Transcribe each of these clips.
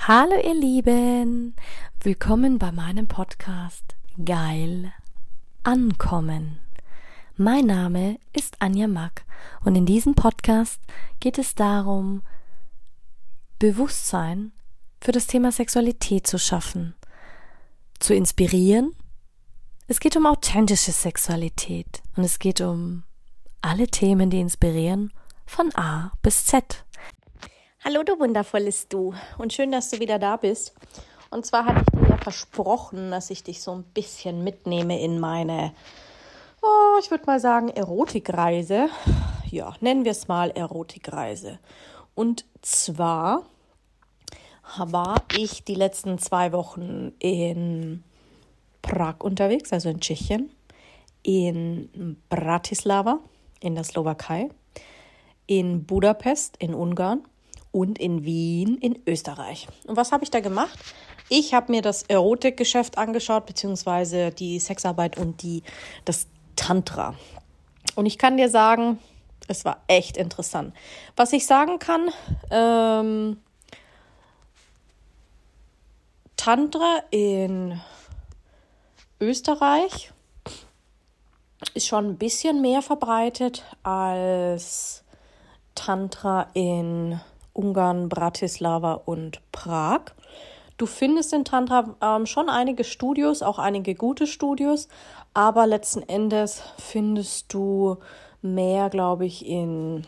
Hallo ihr Lieben, willkommen bei meinem Podcast Geil Ankommen. Mein Name ist Anja Mack und in diesem Podcast geht es darum, Bewusstsein für das Thema Sexualität zu schaffen, zu inspirieren. Es geht um authentische Sexualität und es geht um alle Themen, die inspirieren, von A bis Z. Hallo du wundervolles Du und schön, dass du wieder da bist. Und zwar hatte ich dir ja versprochen, dass ich dich so ein bisschen mitnehme in meine, ich würde mal sagen, Erotikreise. Ja, nennen wir es mal Erotikreise. Und zwar war ich die letzten 2 Wochen in Prag unterwegs, also in Tschechien, in Bratislava in der Slowakei, in Budapest in Ungarn und in Wien in Österreich. Und was habe ich da gemacht? Ich habe mir das Erotikgeschäft angeschaut, beziehungsweise die Sexarbeit und das Tantra. Und ich kann dir sagen, es war echt interessant. Was ich sagen kann, Tantra in Österreich ist schon ein bisschen mehr verbreitet als Tantra in Ungarn, Bratislava und Prag. Du findest in Tantra schon einige Studios, auch einige gute Studios, aber letzten Endes findest du mehr, glaube ich, in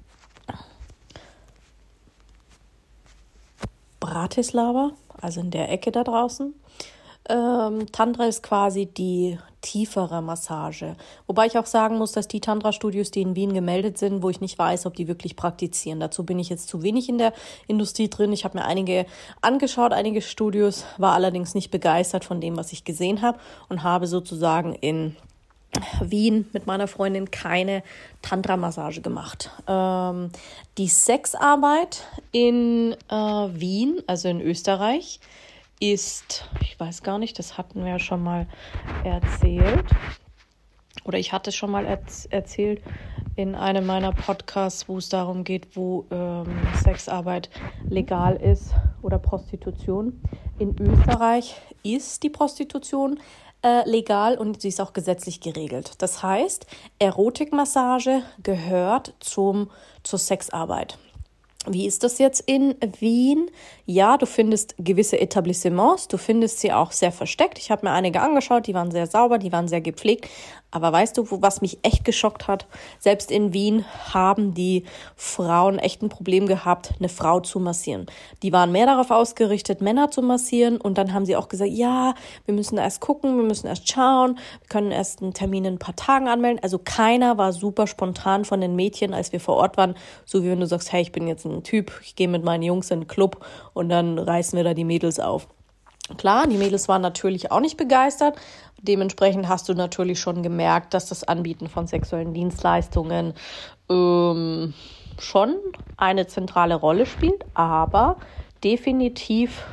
Bratislava, also in der Ecke da draußen. Tantra ist quasi die tiefere Massage. Wobei ich auch sagen muss, dass die Tantra-Studios, die in Wien gemeldet sind, wo ich nicht weiß, ob die wirklich praktizieren. Dazu bin ich jetzt zu wenig in der Industrie drin. Ich habe mir einige angeschaut, einige Studios, war allerdings nicht begeistert von dem, was ich gesehen habe und habe sozusagen in Wien mit meiner Freundin keine Tantra-Massage gemacht. Die Sexarbeit in Wien, also in Österreich, ist, ich weiß gar nicht, das hatten wir ja schon mal erzählt. Oder ich hatte schon mal erzählt in einem meiner Podcasts, wo es darum geht, wo Sexarbeit legal ist oder Prostitution. In Österreich ist die Prostitution legal und sie ist auch gesetzlich geregelt. Das heißt, Erotikmassage gehört zur Sexarbeit. Wie ist das jetzt in Wien? Ja, du findest gewisse Etablissements, du findest sie auch sehr versteckt. Ich habe mir einige angeschaut, die waren sehr sauber, die waren sehr gepflegt. Aber weißt du, was mich echt geschockt hat? Selbst in Wien haben die Frauen echt ein Problem gehabt, eine Frau zu massieren. Die waren mehr darauf ausgerichtet, Männer zu massieren. Und dann haben sie auch gesagt, ja, wir müssen erst gucken, wir müssen erst schauen, wir können erst einen Termin in ein paar Tagen anmelden. Also keiner war super spontan von den Mädchen, als wir vor Ort waren. So wie wenn du sagst, hey, ich bin jetzt ein Typ, ich gehe mit meinen Jungs in den Club und dann reißen wir da die Mädels auf. Klar, die Mädels waren natürlich auch nicht begeistert. Dementsprechend hast du natürlich schon gemerkt, dass das Anbieten von sexuellen Dienstleistungen schon eine zentrale Rolle spielt, aber definitiv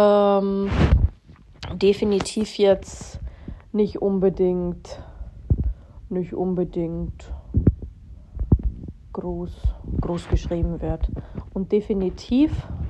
jetzt nicht unbedingt groß geschrieben wird. Und definitiv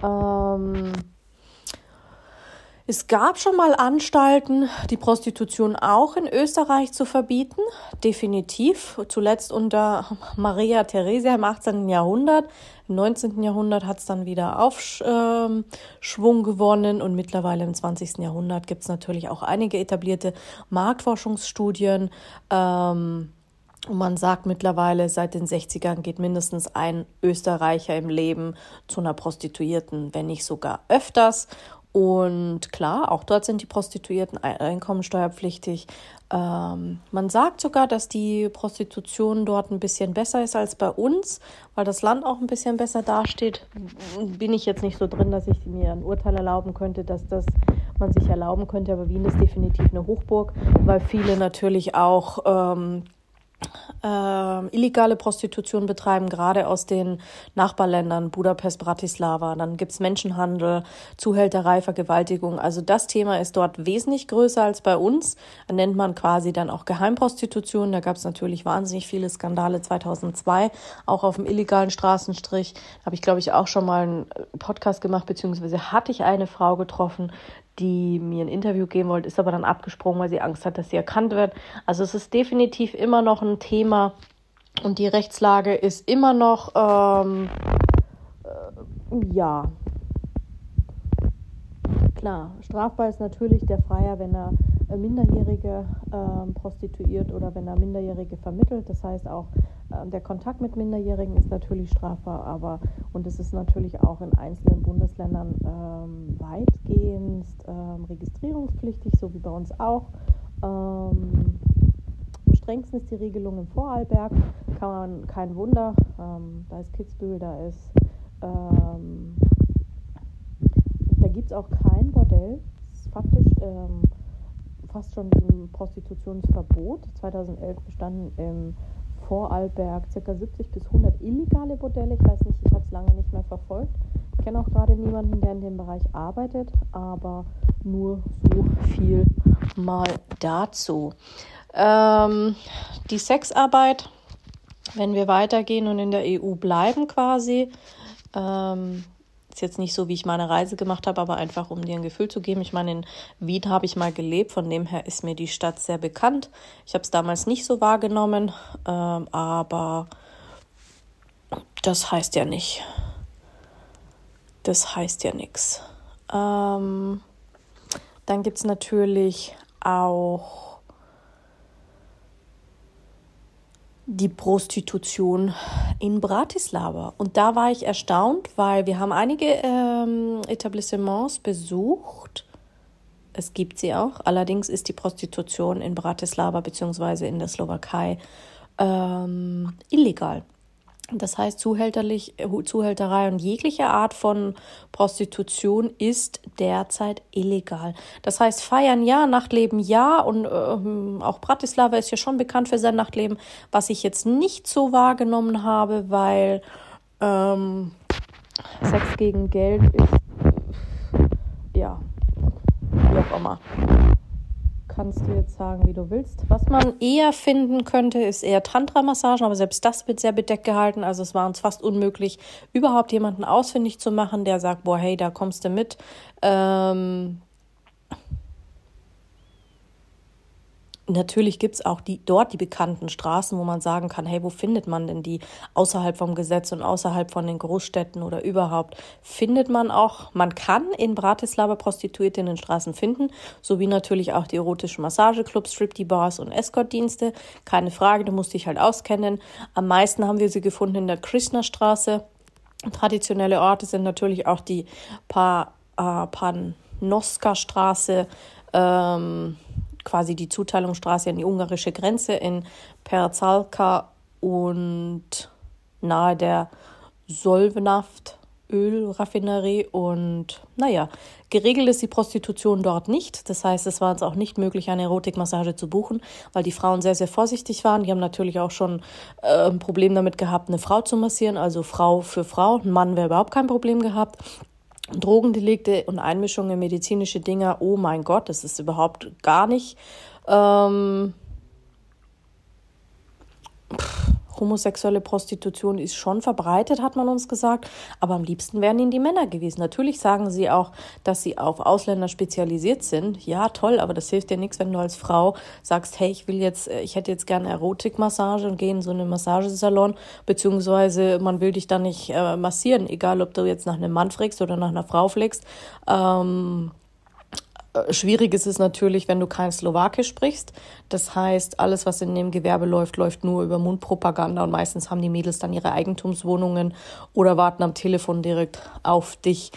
es gab schon mal Anstalten, die Prostitution auch in Österreich zu verbieten, definitiv. Zuletzt unter Maria Theresia im 18. Jahrhundert. Im 19. Jahrhundert hat es dann wieder Aufschwung gewonnen und mittlerweile im 20. Jahrhundert gibt es natürlich auch einige etablierte Marktforschungsstudien. Und man sagt mittlerweile, seit den 60ern geht mindestens ein Österreicher im Leben zu einer Prostituierten, wenn nicht sogar öfters. Und klar, auch dort sind die Prostituierten einkommensteuerpflichtig. Man sagt sogar, dass die Prostitution dort ein bisschen besser ist als bei uns, weil das Land auch ein bisschen besser dasteht. Bin ich jetzt nicht so drin, dass ich mir ein Urteil erlauben könnte, dass das man sich erlauben könnte. Aber Wien ist definitiv eine Hochburg, weil viele natürlich auch illegale Prostitution betreiben, gerade aus den Nachbarländern, Budapest, Bratislava. Dann gibt's Menschenhandel, Zuhälterei, Vergewaltigung. Also das Thema ist dort wesentlich größer als bei uns. Da nennt man quasi dann auch Geheimprostitution. Da gab's natürlich wahnsinnig viele Skandale 2002, auch auf dem illegalen Straßenstrich. Da habe ich, glaube ich, auch schon mal einen Podcast gemacht, beziehungsweise hatte ich eine Frau getroffen, die mir ein Interview geben wollte, ist aber dann abgesprungen, weil sie Angst hat, dass sie erkannt wird. Also es ist definitiv immer noch ein Thema und die Rechtslage ist immer noch, ja, klar, strafbar ist natürlich der Freier, wenn er Minderjährige prostituiert oder wenn er Minderjährige vermittelt. Das heißt auch, der Kontakt mit Minderjährigen ist natürlich strafbar, und es ist natürlich auch in einzelnen Bundesländern weitgehend registrierungspflichtig, so wie bei uns auch. Am strengsten ist die Regelung im Vorarlberg, kein Wunder, da ist Kitzbühel, da gibt es auch kein Bordell. Das ist faktisch fast schon ein Prostitutionsverbot. 2011 bestanden im Vorarlberg ca. 70 bis 100 illegale Bordelle. Ich weiß nicht, ich habe es lange nicht mehr verfolgt. Ich kenne auch gerade niemanden, der in dem Bereich arbeitet, aber nur so viel mal dazu. Die Sexarbeit, wenn wir weitergehen und in der EU bleiben quasi, ist jetzt nicht so, wie ich meine Reise gemacht habe, aber einfach, um dir ein Gefühl zu geben. Ich meine, in Wien habe ich mal gelebt, von dem her ist mir die Stadt sehr bekannt. Ich habe es damals nicht so wahrgenommen, aber das heißt ja nicht. Das heißt ja nichts. Dann gibt es natürlich auch die Prostitution in Bratislava. Und da war ich erstaunt, weil wir haben einige Etablissements besucht. Es gibt sie auch. Allerdings ist die Prostitution in Bratislava bzw. in der Slowakei illegal. Das heißt, Zuhälterei und jegliche Art von Prostitution ist derzeit illegal. Das heißt, feiern ja, Nachtleben ja, und auch Bratislava ist ja schon bekannt für sein Nachtleben, was ich jetzt nicht so wahrgenommen habe, weil Sex gegen Geld ist, ja, wie auch immer. Kannst du jetzt sagen, wie du willst. Was man eher finden könnte, ist eher Tantra-Massagen, aber selbst das wird sehr bedeckt gehalten. Also es war uns fast unmöglich, überhaupt jemanden ausfindig zu machen, der sagt, boah, hey, da kommst du mit. Natürlich gibt es auch dort die bekannten Straßen, wo man sagen kann, hey, wo findet man denn die außerhalb vom Gesetz und außerhalb von den Großstädten oder überhaupt? Findet man auch, man kann in Bratislava Prostituierte in den Straßen finden, sowie natürlich auch die erotischen Massageclubs, Striptease-Bars und Escortdienste. Keine Frage, du musst dich halt auskennen. Am meisten haben wir sie gefunden in der Krishna-Straße. Traditionelle Orte sind natürlich auch die Panoska-Straße, quasi die Zuteilungsstraße an die ungarische Grenze in Perzalka und nahe der Solvnaft Ölraffinerie. Und naja, geregelt ist die Prostitution dort nicht. Das heißt, es war uns auch nicht möglich, eine Erotikmassage zu buchen, weil die Frauen sehr, sehr vorsichtig waren. Die haben natürlich auch schon ein Problem damit gehabt, eine Frau zu massieren, also Frau für Frau. Ein Mann wäre überhaupt kein Problem gehabt. Drogendelikte und Einmischungen in medizinische Dinge, oh mein Gott, das ist überhaupt gar nicht. Homosexuelle Prostitution ist schon verbreitet, hat man uns gesagt, aber am liebsten wären ihnen die Männer gewesen. Natürlich sagen sie auch, dass sie auf Ausländer spezialisiert sind. Ja, toll, aber das hilft dir nichts, wenn du als Frau sagst, hey, ich hätte jetzt gerne Erotikmassage und gehe in so einen Massagesalon, beziehungsweise man will dich dann nicht massieren, egal ob du jetzt nach einem Mann fragst oder nach einer Frau fragst. Schwierig ist es natürlich, wenn du kein Slowakisch sprichst. Das heißt, alles, was in dem Gewerbe läuft, läuft nur über Mundpropaganda und meistens haben die Mädels dann ihre Eigentumswohnungen oder warten am Telefon direkt auf dich.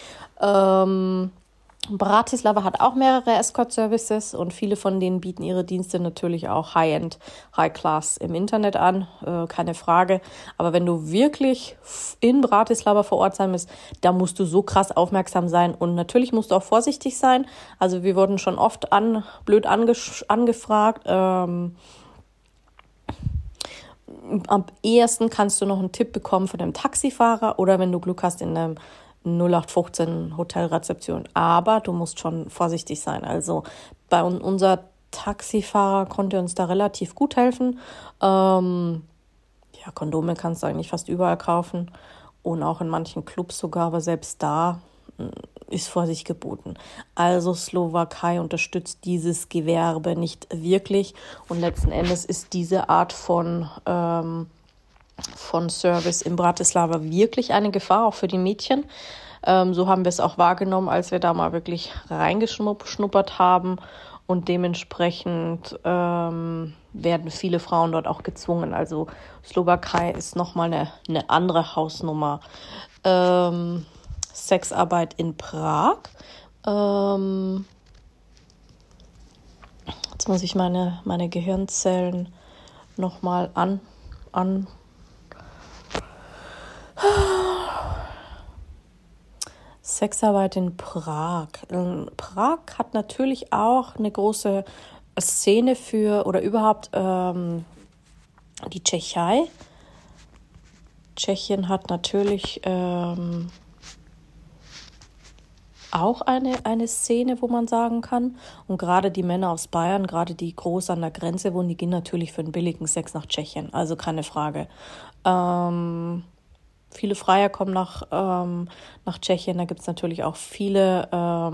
Bratislava hat auch mehrere Escort-Services und viele von denen bieten ihre Dienste natürlich auch High-End, High-Class im Internet an, keine Frage. Aber wenn du wirklich in Bratislava vor Ort sein musst, da musst du so krass aufmerksam sein und natürlich musst du auch vorsichtig sein. Also wir wurden schon oft blöd angefragt, am ehesten kannst du noch einen Tipp bekommen von einem Taxifahrer oder wenn du Glück hast in einem 0815 Hotelrezeption. Aber du musst schon vorsichtig sein. Also unser Taxifahrer konnte uns da relativ gut helfen. Kondome kannst du eigentlich fast überall kaufen und auch in manchen Clubs sogar, aber selbst da ist Vorsicht geboten. Also Slowakei unterstützt dieses Gewerbe nicht wirklich und letzten Endes ist diese Art von Service in Bratislava wirklich eine Gefahr, auch für die Mädchen. So haben wir es auch wahrgenommen, als wir da mal wirklich reingeschnuppert haben und dementsprechend werden viele Frauen dort auch gezwungen. Also Slowakei ist nochmal eine andere Hausnummer. Sexarbeit in Prag. Jetzt muss ich meine Gehirnzellen nochmal an. Sexarbeit in Prag. Prag hat natürlich auch eine große Szene oder überhaupt die Tschechei. Tschechien hat natürlich auch eine Szene, wo man sagen kann. Und gerade die Männer aus Bayern, gerade die groß an der Grenze wohnen, die gehen natürlich für einen billigen Sex nach Tschechien. Also keine Frage. Viele Freier kommen nach Tschechien. Da gibt es natürlich auch viele.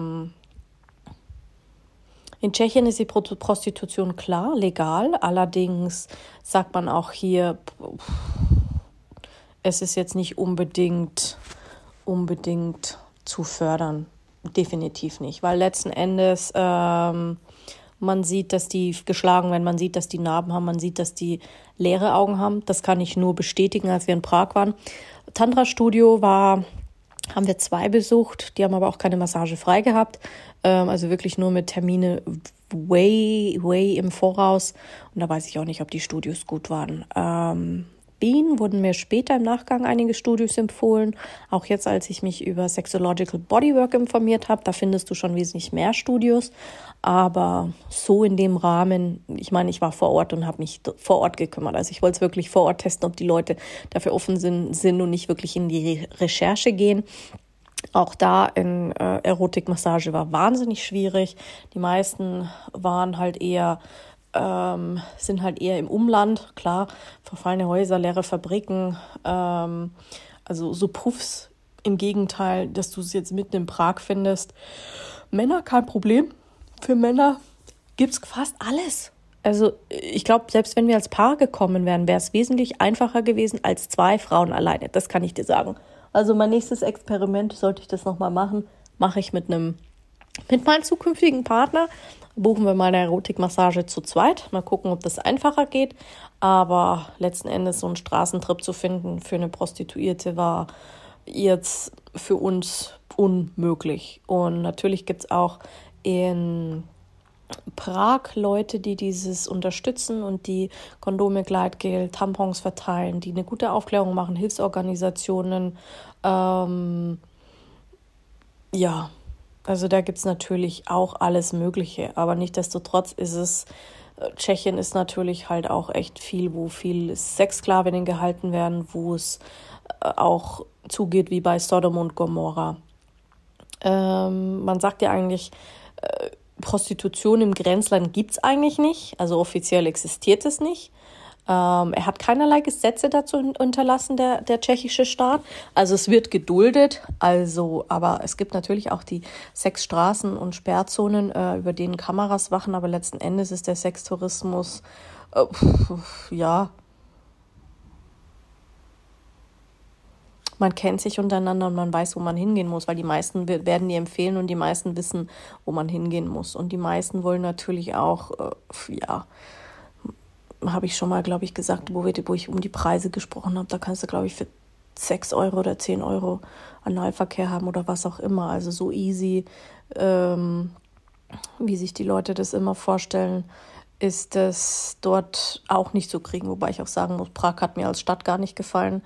In Tschechien ist die Prostitution klar, legal. Allerdings sagt man auch hier, es ist jetzt nicht unbedingt zu fördern. Definitiv nicht, weil letzten Endes man sieht, dass die geschlagen werden, man sieht, dass die Narben haben, man sieht, dass die leere Augen haben. Das kann ich nur bestätigen, als wir in Prag waren. Tantra-Studio haben wir 2 besucht, die haben aber auch keine Massage frei gehabt, also wirklich nur mit Termine way im Voraus und da weiß ich auch nicht, ob die Studios gut waren. Wien wurden mir später im Nachgang einige Studios empfohlen. Auch jetzt, als ich mich über Sexological Bodywork informiert habe, da findest du schon wesentlich mehr Studios. Aber so in dem Rahmen, ich meine, ich war vor Ort und habe mich vor Ort gekümmert. Also ich wollte es wirklich vor Ort testen, ob die Leute dafür offen sind und nicht wirklich in die Recherche gehen. Auch da in Erotikmassage war wahnsinnig schwierig. Die meisten waren halt sind halt eher im Umland, klar, verfallene Häuser, leere Fabriken, also so Puffs, im Gegenteil, dass du es jetzt mitten in Prag findest. Männer, kein Problem. Für Männer gibt's fast alles. Also ich glaube, selbst wenn wir als Paar gekommen wären, wäre es wesentlich einfacher gewesen als 2 Frauen alleine. Das kann ich dir sagen. Also mein nächstes Experiment, sollte ich das nochmal machen, mache ich mit meinem zukünftigen Partner. Buchen wir mal eine Erotikmassage zu zweit. Mal gucken, ob das einfacher geht. Aber letzten Endes so einen Straßentrip zu finden für eine Prostituierte war jetzt für uns unmöglich. Und natürlich gibt es auch in Prag Leute, die dieses unterstützen und die Kondome, Gleitgel, Tampons verteilen, die eine gute Aufklärung machen, Hilfsorganisationen. Also da gibt es natürlich auch alles Mögliche, aber nichtsdestotrotz Tschechien ist natürlich halt auch echt viel, wo viel Sexsklavinnen gehalten werden, wo es auch zugeht wie bei Sodom und Gomorra. Man sagt ja eigentlich, Prostitution im Grenzland gibt es eigentlich nicht, also offiziell existiert es nicht. Er hat keinerlei Gesetze dazu unterlassen, der tschechische Staat. Also es wird geduldet, aber es gibt natürlich auch die Sexstraßen und Sperrzonen, über denen Kameras wachen, aber letzten Endes ist der Sextourismus, man kennt sich untereinander und man weiß, wo man hingehen muss, weil die meisten werden dir empfehlen und die meisten wissen, wo man hingehen muss. Und die meisten wollen natürlich auch, habe ich schon mal, glaube ich, gesagt, wo ich um die Preise gesprochen habe, da kannst du, glaube ich, für 6 Euro oder 10 Euro Analverkehr haben oder was auch immer. Also so easy, wie sich die Leute das immer vorstellen, ist das dort auch nicht zu kriegen. Wobei ich auch sagen muss, Prag hat mir als Stadt gar nicht gefallen.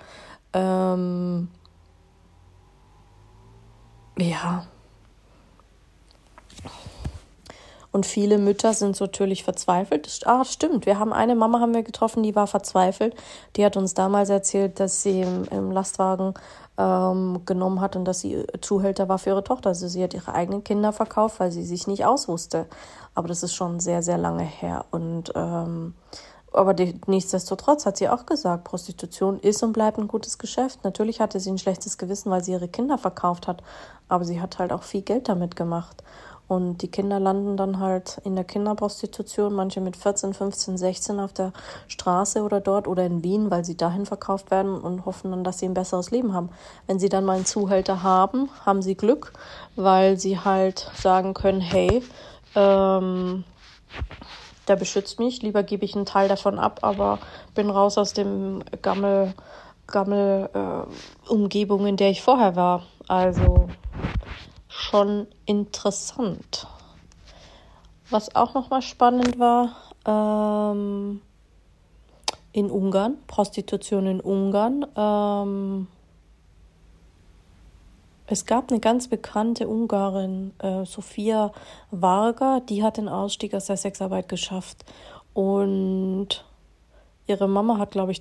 Und viele Mütter sind natürlich verzweifelt. Stimmt, eine Mama haben wir getroffen, die war verzweifelt. Die hat uns damals erzählt, dass sie im Lastwagen genommen hat und dass sie Zuhälter war für ihre Tochter. Also sie hat ihre eigenen Kinder verkauft, weil sie sich nicht auswusste. Aber das ist schon sehr, sehr lange her. Und aber nichtsdestotrotz hat sie auch gesagt, Prostitution ist und bleibt ein gutes Geschäft. Natürlich hatte sie ein schlechtes Gewissen, weil sie ihre Kinder verkauft hat. Aber sie hat halt auch viel Geld damit gemacht. Und die Kinder landen dann halt in der Kinderprostitution, manche mit 14, 15, 16 auf der Straße oder dort oder in Wien, weil sie dahin verkauft werden und hoffen dann, dass sie ein besseres Leben haben. Wenn sie dann mal einen Zuhälter haben, haben sie Glück, weil sie halt sagen können, hey, der beschützt mich, lieber gebe ich einen Teil davon ab, aber bin raus aus dem Umgebung, in der ich vorher war. Also schon interessant. Was auch nochmal spannend war, in Ungarn, Prostitution in Ungarn. Es gab eine ganz bekannte Ungarin, Sofia Varga, die hat den Ausstieg aus der Sexarbeit geschafft. Und ihre Mama hat, glaube ich,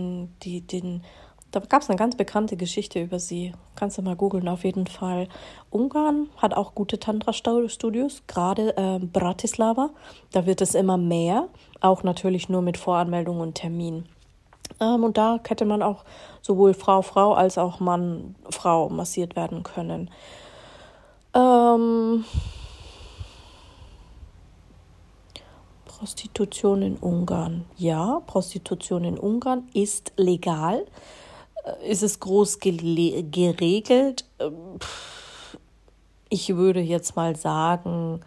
da gab es eine ganz bekannte Geschichte über sie. Kannst du mal googeln, auf jeden Fall. Ungarn hat auch gute Tantra-Studios, gerade Bratislava. Da wird es immer mehr, auch natürlich nur mit Voranmeldung und Termin. Und da hätte man auch sowohl Frau als auch Mann-Frau massiert werden können. Prostitution in Ungarn. Ja, Prostitution in Ungarn ist legal. Ist es groß geregelt? Ich würde jetzt mal sagen,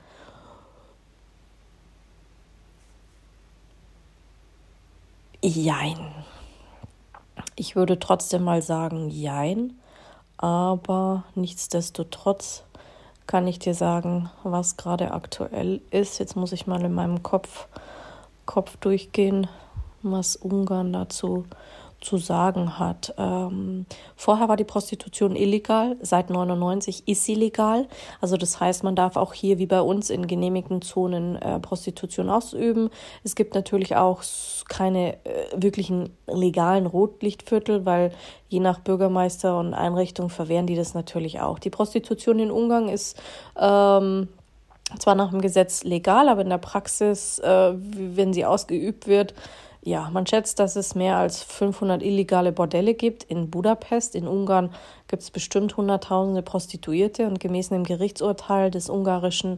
jein. Ich würde trotzdem mal sagen, jein. Aber nichtsdestotrotz kann ich dir sagen, was gerade aktuell ist. Jetzt muss ich mal in meinem Kopf durchgehen, was Ungarn dazu zu sagen hat. Vorher war die Prostitution illegal, seit 1999 ist sie legal. Also das heißt, man darf auch hier wie bei uns in genehmigten Zonen Prostitution ausüben. Es gibt natürlich auch keine wirklichen legalen Rotlichtviertel, weil je nach Bürgermeister und Einrichtung verwehren die das natürlich auch. Die Prostitution in Ungarn ist zwar nach dem Gesetz legal, aber in der Praxis, wenn sie ausgeübt wird, ja, man schätzt, dass es mehr als 500 illegale Bordelle gibt in Budapest. In Ungarn gibt es bestimmt hunderttausende Prostituierte und gemäß einem Gerichtsurteil des ungarischen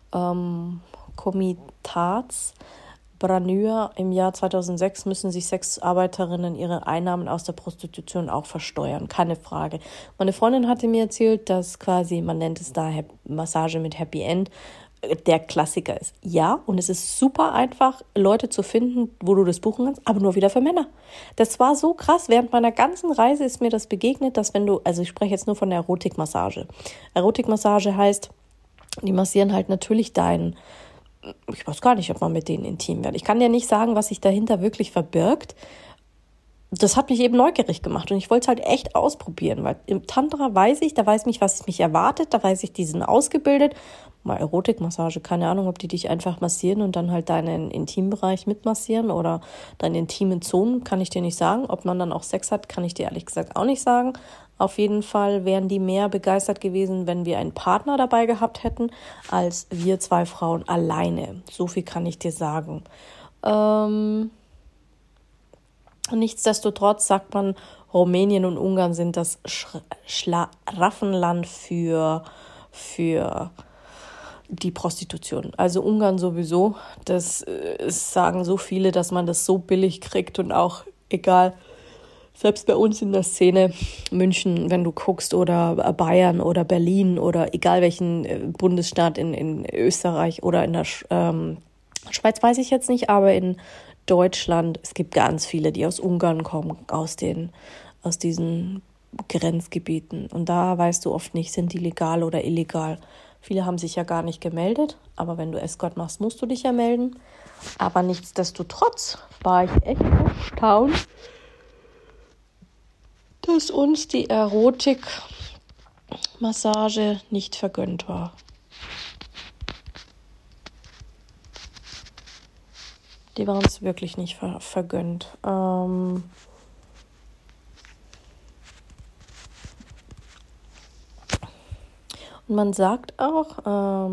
Komitats Branyua im Jahr 2006 müssen sich Sexarbeiterinnen ihre Einnahmen aus der Prostitution auch versteuern. Keine Frage. Meine Freundin hatte mir erzählt, dass quasi, man nennt es da Massage mit Happy End, der Klassiker ist. Ja, und es ist super einfach, Leute zu finden, wo du das buchen kannst, aber nur wieder für Männer. Das war so krass. Während meiner ganzen Reise ist mir das begegnet, dass also ich spreche jetzt nur von der Erotikmassage. Erotikmassage heißt, die massieren halt natürlich ich weiß gar nicht, ob man mit denen intim wird. Ich kann dir nicht sagen, was sich dahinter wirklich verbirgt. Das hat mich eben neugierig gemacht und ich wollte es halt echt ausprobieren, weil im Tantra da weiß ich, was mich erwartet, da weiß ich, die sind ausgebildet. Mal Erotikmassage, keine Ahnung, ob die dich einfach massieren und dann halt deinen Intimbereich mitmassieren oder deine intimen Zonen, kann ich dir nicht sagen. Ob man dann auch Sex hat, kann ich dir ehrlich gesagt auch nicht sagen. Auf jeden Fall wären die mehr begeistert gewesen, wenn wir einen Partner dabei gehabt hätten, als wir zwei Frauen alleine. So viel kann ich dir sagen. Nichtsdestotrotz sagt man, Rumänien und Ungarn sind das Schlaraffenland für die Prostitution. Also Ungarn sowieso, das sagen so viele, dass man das so billig kriegt und auch egal, selbst bei uns in der Szene, München, wenn du guckst, oder Bayern oder Berlin oder egal welchen Bundesstaat in Österreich oder in der Schweiz weiß ich jetzt nicht, aber in Deutschland, es gibt ganz viele, die aus Ungarn kommen, aus diesen Grenzgebieten. Und da weißt du oft nicht, sind die legal oder illegal. Viele haben sich ja gar nicht gemeldet, aber wenn du Escort machst, musst du dich ja melden. Aber nichtsdestotrotz war ich echt erstaunt, dass uns die Erotikmassage nicht vergönnt war. Die waren es wirklich nicht vergönnt. Und man sagt auch,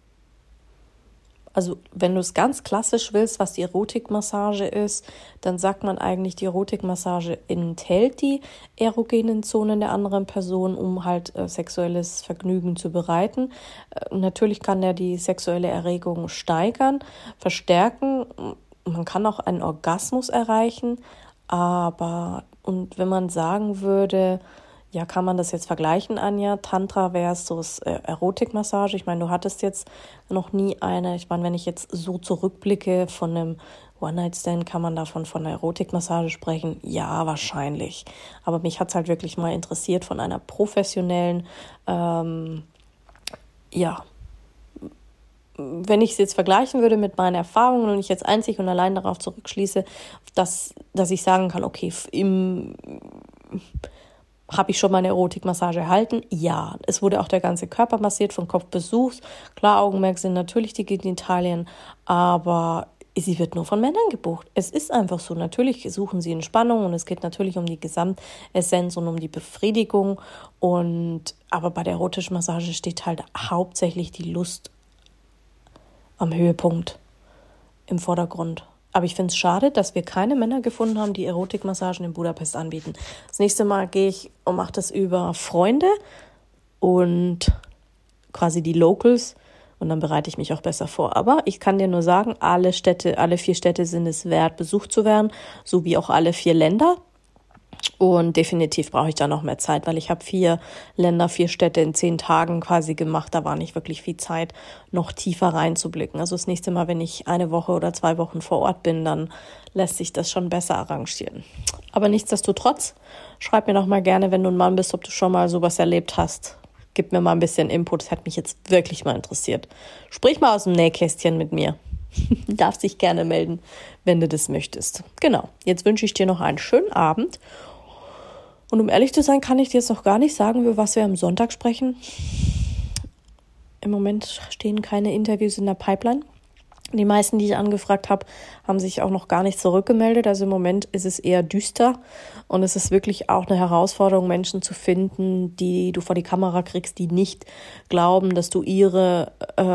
also wenn du es ganz klassisch willst, was die Erotikmassage ist, dann sagt man eigentlich, die Erotikmassage enthält die erogenen Zonen der anderen Person, um halt sexuelles Vergnügen zu bereiten. Natürlich kann der die sexuelle Erregung steigern, verstärken. Man kann auch einen Orgasmus erreichen, und wenn man sagen würde, ja, kann man das jetzt vergleichen, Anja? Tantra versus Erotikmassage. Ich meine, du hattest jetzt noch nie eine. Ich meine, wenn ich jetzt so zurückblicke von einem One-Night-Stand, kann man davon von einer Erotikmassage sprechen? Ja, wahrscheinlich. Aber mich hat es halt wirklich mal interessiert von einer professionellen, wenn ich es jetzt vergleichen würde mit meinen Erfahrungen und ich jetzt einzig und allein darauf zurückschließe, dass ich sagen kann, okay, habe ich schon mal eine Erotikmassage erhalten? Ja. Es wurde auch der ganze Körper massiert, von Kopf bis Fuß. Klar, Augenmerk sind natürlich die Genitalien, aber sie wird nur von Männern gebucht. Es ist einfach so. Natürlich suchen sie Entspannung und es geht natürlich um die Gesamtessenz und um die Befriedigung. Aber bei der erotischen Massage steht halt hauptsächlich die Lust am Höhepunkt im Vordergrund. Aber ich finde es schade, dass wir keine Männer gefunden haben, die Erotikmassagen in Budapest anbieten. Das nächste Mal gehe ich und mache das über Freunde und quasi die Locals und dann bereite ich mich auch besser vor. Aber ich kann dir nur sagen, alle 4 Städte sind es wert, besucht zu werden, so wie auch alle 4 Länder. Und definitiv brauche ich da noch mehr Zeit, weil ich habe 4 Länder, 4 Städte in 10 Tagen quasi gemacht. Da war nicht wirklich viel Zeit, noch tiefer reinzublicken. Also das nächste Mal, wenn ich 1 Woche oder 2 Wochen vor Ort bin, dann lässt sich das schon besser arrangieren. Aber nichtsdestotrotz, schreib mir doch mal gerne, wenn du ein Mann bist, ob du schon mal sowas erlebt hast. Gib mir mal ein bisschen Input, das hat mich jetzt wirklich mal interessiert. Sprich mal aus dem Nähkästchen mit mir. Darfst dich gerne melden, wenn du das möchtest. Genau, jetzt wünsche ich dir noch einen schönen Abend. Und um ehrlich zu sein, kann ich dir jetzt noch gar nicht sagen, über was wir am Sonntag sprechen. Im Moment stehen keine Interviews in der Pipeline. Die meisten, die ich angefragt habe, haben sich auch noch gar nicht zurückgemeldet. Also im Moment ist es eher düster. Und es ist wirklich auch eine Herausforderung, Menschen zu finden, die du vor die Kamera kriegst, die nicht glauben, dass du ihre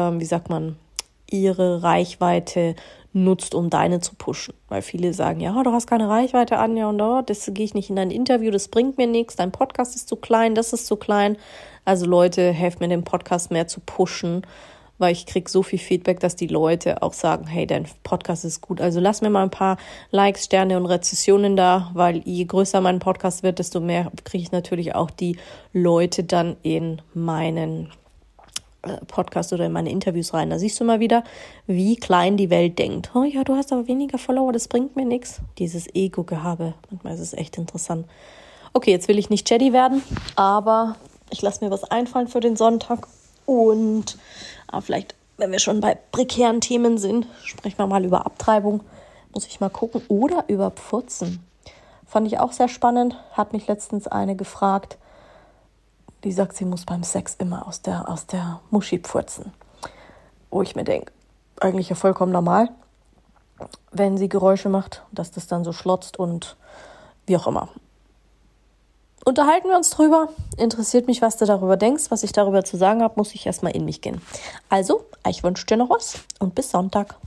Reichweite nutzt, um deine zu pushen. Weil viele sagen, ja, du hast keine Reichweite, Anja, und das gehe ich nicht in dein Interview, das bringt mir nichts, dein Podcast ist zu klein, das ist zu klein. Also Leute, helft mir, den Podcast mehr zu pushen, weil ich kriege so viel Feedback, dass die Leute auch sagen, hey, dein Podcast ist gut. Also lass mir mal ein paar Likes, Sterne und Rezensionen da, weil je größer mein Podcast wird, desto mehr kriege ich natürlich auch die Leute dann in meinen Podcast oder in meine Interviews rein. Da siehst du mal wieder, wie klein die Welt denkt. Oh ja, du hast aber weniger Follower, das bringt mir nichts. Dieses Ego-Gehabe, manchmal ist es echt interessant. Okay, jetzt will ich nicht Jedi werden, aber ich lasse mir was einfallen für den Sonntag. Und vielleicht, wenn wir schon bei prekären Themen sind, sprechen wir mal über Abtreibung. Muss ich mal gucken. Oder über Pfurzen. Fand ich auch sehr spannend. Hat mich letztens eine gefragt, die sagt, sie muss beim Sex immer aus der Muschi pfurzen. Wo ich mir denke, eigentlich ja vollkommen normal, wenn sie Geräusche macht, dass das dann so schlotzt und wie auch immer. Unterhalten wir uns drüber. Interessiert mich, was du darüber denkst. Was ich darüber zu sagen habe, muss ich erstmal in mich gehen. Also, ich wünsche dir noch was und bis Sonntag.